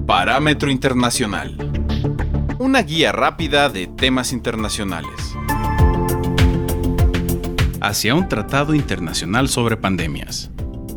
Parámetro Internacional. Una guía rápida de temas internacionales. Hacia un tratado internacional sobre pandemias.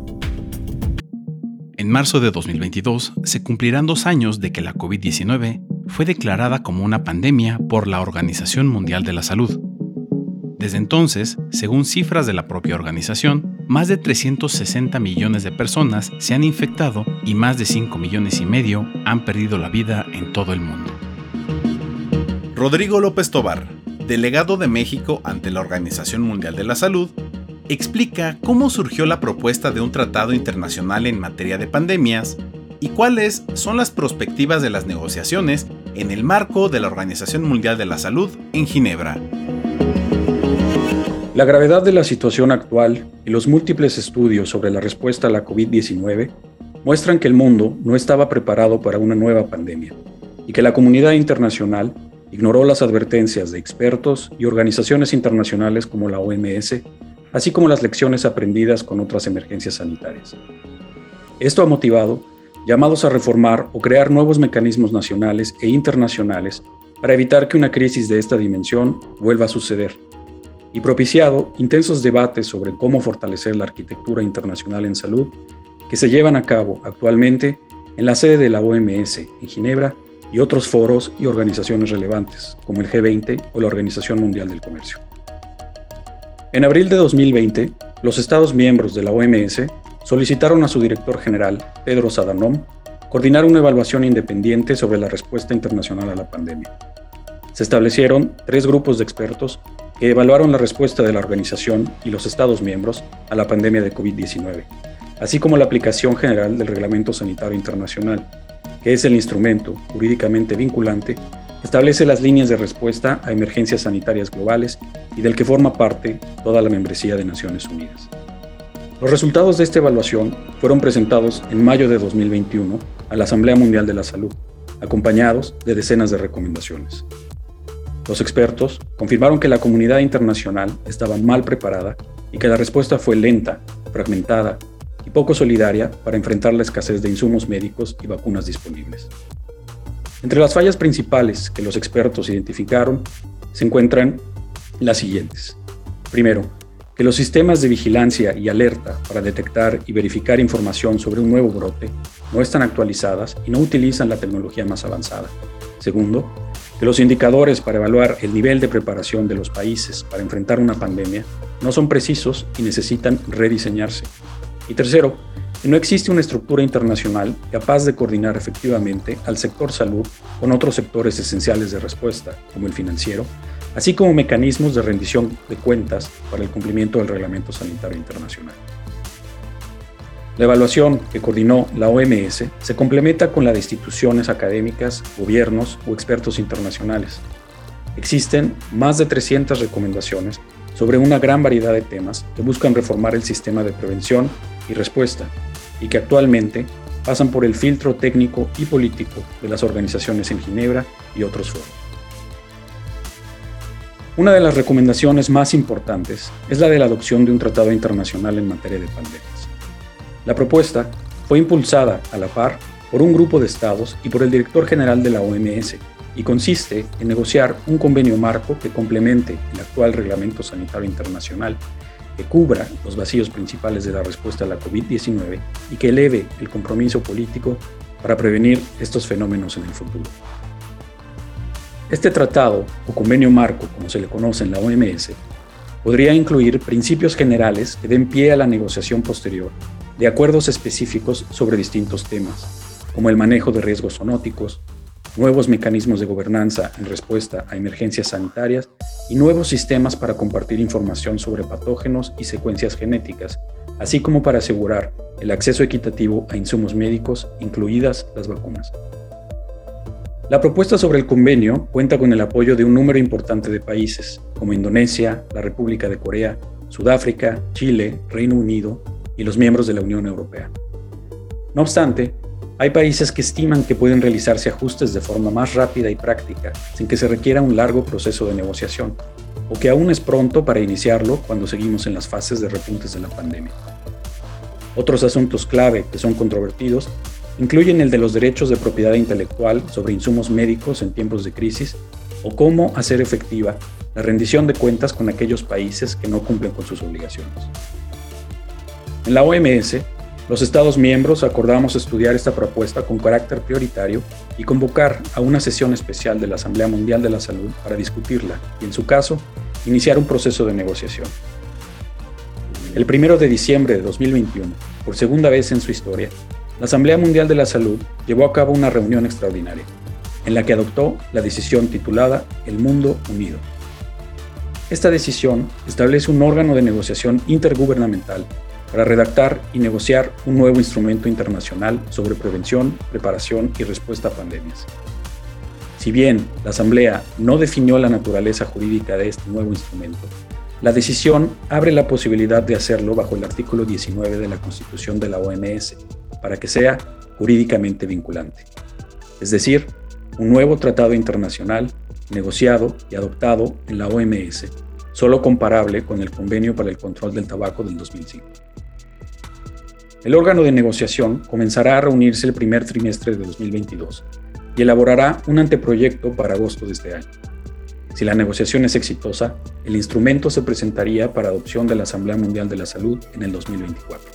En marzo de 2022 se cumplirán 2 años de que la COVID-19 fue declarada como una pandemia por la Organización Mundial de la Salud. Desde entonces, según cifras de la propia organización, más de 360 millones de personas se han infectado y más de 5,5 millones han perdido la vida en todo el mundo. Rodrigo López Tobar, delegado de México ante la Organización Mundial de la Salud, explica cómo surgió la propuesta de un tratado internacional en materia de pandemias y cuáles son las perspectivas de las negociaciones en el marco de la Organización Mundial de la Salud en Ginebra. La gravedad de la situación actual y los múltiples estudios sobre la respuesta a la COVID-19 muestran que el mundo no estaba preparado para una nueva pandemia y que la comunidad internacional ignoró las advertencias de expertos y organizaciones internacionales como la OMS, así como las lecciones aprendidas con otras emergencias sanitarias. Esto ha motivado llamados a reformar o crear nuevos mecanismos nacionales e internacionales para evitar que una crisis de esta dimensión vuelva a suceder, y propiciado intensos debates sobre cómo fortalecer la arquitectura internacional en salud que se llevan a cabo actualmente en la sede de la OMS en Ginebra y otros foros y organizaciones relevantes, como el G20 o la Organización Mundial del Comercio. En abril de 2020, los Estados miembros de la OMS solicitaron a su director general, Tedros Adhanom, coordinar una evaluación independiente sobre la respuesta internacional a la pandemia. Se establecieron 3 grupos de expertos que evaluaron la respuesta de la organización y los Estados miembros a la pandemia de COVID-19, así como la aplicación general del Reglamento Sanitario Internacional, que es el instrumento jurídicamente vinculante que establece las líneas de respuesta a emergencias sanitarias globales y del que forma parte toda la membresía de Naciones Unidas. Los resultados de esta evaluación fueron presentados en mayo de 2021 a la Asamblea Mundial de la Salud, acompañados de decenas de recomendaciones. Los expertos confirmaron que la comunidad internacional estaba mal preparada y que la respuesta fue lenta, fragmentada y poco solidaria para enfrentar la escasez de insumos médicos y vacunas disponibles. Entre las fallas principales que los expertos identificaron se encuentran las siguientes. Primero, que los sistemas de vigilancia y alerta para detectar y verificar información sobre un nuevo brote no están actualizadas y no utilizan la tecnología más avanzada. Segundo, que los indicadores para evaluar el nivel de preparación de los países para enfrentar una pandemia no son precisos y necesitan rediseñarse. Y tercero, que no existe una estructura internacional capaz de coordinar efectivamente al sector salud con otros sectores esenciales de respuesta, como el financiero, así como mecanismos de rendición de cuentas para el cumplimiento del Reglamento Sanitario Internacional. La evaluación que coordinó la OMS se complementa con la de instituciones académicas, gobiernos o expertos internacionales. Existen más de 300 recomendaciones sobre una gran variedad de temas que buscan reformar el sistema de prevención y respuesta y que actualmente pasan por el filtro técnico y político de las organizaciones en Ginebra y otros foros. Una de las recomendaciones más importantes es la de la adopción de un tratado internacional en materia de pandemias. La propuesta fue impulsada a la par por un grupo de estados y por el director general de la OMS y consiste en negociar un convenio marco que complemente el actual Reglamento Sanitario Internacional, que cubra los vacíos principales de la respuesta a la COVID-19 y que eleve el compromiso político para prevenir estos fenómenos en el futuro. Este tratado o convenio marco, como se le conoce en la OMS, podría incluir principios generales que den pie a la negociación posterior de acuerdos específicos sobre distintos temas, como el manejo de riesgos zoonóticos, nuevos mecanismos de gobernanza en respuesta a emergencias sanitarias y nuevos sistemas para compartir información sobre patógenos y secuencias genéticas, así como para asegurar el acceso equitativo a insumos médicos, incluidas las vacunas. La propuesta sobre el convenio cuenta con el apoyo de un número importante de países, como Indonesia, la República de Corea, Sudáfrica, Chile, Reino Unido y los miembros de la Unión Europea. No obstante, hay países que estiman que pueden realizarse ajustes de forma más rápida y práctica, sin que se requiera un largo proceso de negociación, o que aún es pronto para iniciarlo cuando seguimos en las fases de repuntes de la pandemia. Otros asuntos clave que son controvertidos incluyen el de los derechos de propiedad intelectual sobre insumos médicos en tiempos de crisis o cómo hacer efectiva la rendición de cuentas con aquellos países que no cumplen con sus obligaciones. En la OMS, los Estados miembros acordamos estudiar esta propuesta con carácter prioritario y convocar a una sesión especial de la Asamblea Mundial de la Salud para discutirla y, en su caso, iniciar un proceso de negociación. El 1 de diciembre de 2021, por segunda vez en su historia, la Asamblea Mundial de la Salud llevó a cabo una reunión extraordinaria, en la que adoptó la decisión titulada El Mundo Unido. Esta decisión establece un órgano de negociación intergubernamental para redactar y negociar un nuevo instrumento internacional sobre prevención, preparación y respuesta a pandemias. Si bien la Asamblea no definió la naturaleza jurídica de este nuevo instrumento, la decisión abre la posibilidad de hacerlo bajo el artículo 19 de la Constitución de la OMS, para que sea jurídicamente vinculante. Es decir, un nuevo tratado internacional negociado y adoptado en la OMS, solo comparable con el Convenio para el Control del Tabaco del 2005. El órgano de negociación comenzará a reunirse el primer trimestre de 2022 y elaborará un anteproyecto para agosto de este año. Si la negociación es exitosa, el instrumento se presentaría para adopción de la Asamblea Mundial de la Salud en el 2024.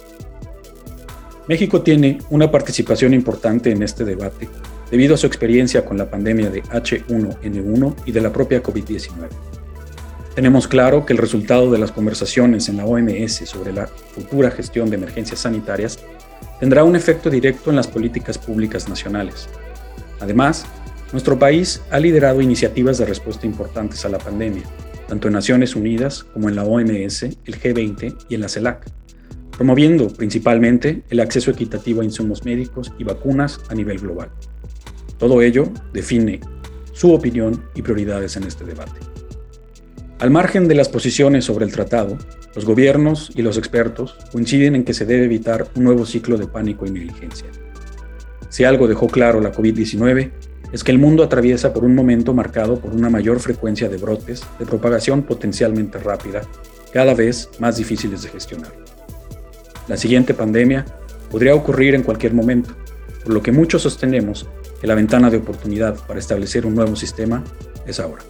México tiene una participación importante en este debate debido a su experiencia con la pandemia de H1N1 y de la propia COVID-19. Tenemos claro que el resultado de las conversaciones en la OMS sobre la futura gestión de emergencias sanitarias tendrá un efecto directo en las políticas públicas nacionales. Además, nuestro país ha liderado iniciativas de respuesta importantes a la pandemia, tanto en Naciones Unidas como en la OMS, el G20 y en la CELAC, promoviendo principalmente el acceso equitativo a insumos médicos y vacunas a nivel global. Todo ello define su opinión y prioridades en este debate. Al margen de las posiciones sobre el tratado, los gobiernos y los expertos coinciden en que se debe evitar un nuevo ciclo de pánico y negligencia. Si algo dejó claro la COVID-19, es que el mundo atraviesa por un momento marcado por una mayor frecuencia de brotes de propagación potencialmente rápida, cada vez más difíciles de gestionar. La siguiente pandemia podría ocurrir en cualquier momento, por lo que muchos sostenemos que la ventana de oportunidad para establecer un nuevo sistema es ahora.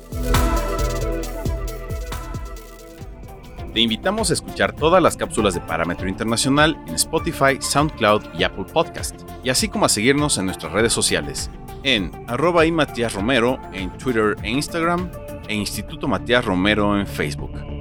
Te invitamos a escuchar todas las cápsulas de Parámetro Internacional en Spotify, SoundCloud y Apple Podcast, y así como a seguirnos en nuestras redes sociales, en @iMatíasRomero en Twitter e Instagram, e Instituto Matías Romero en Facebook.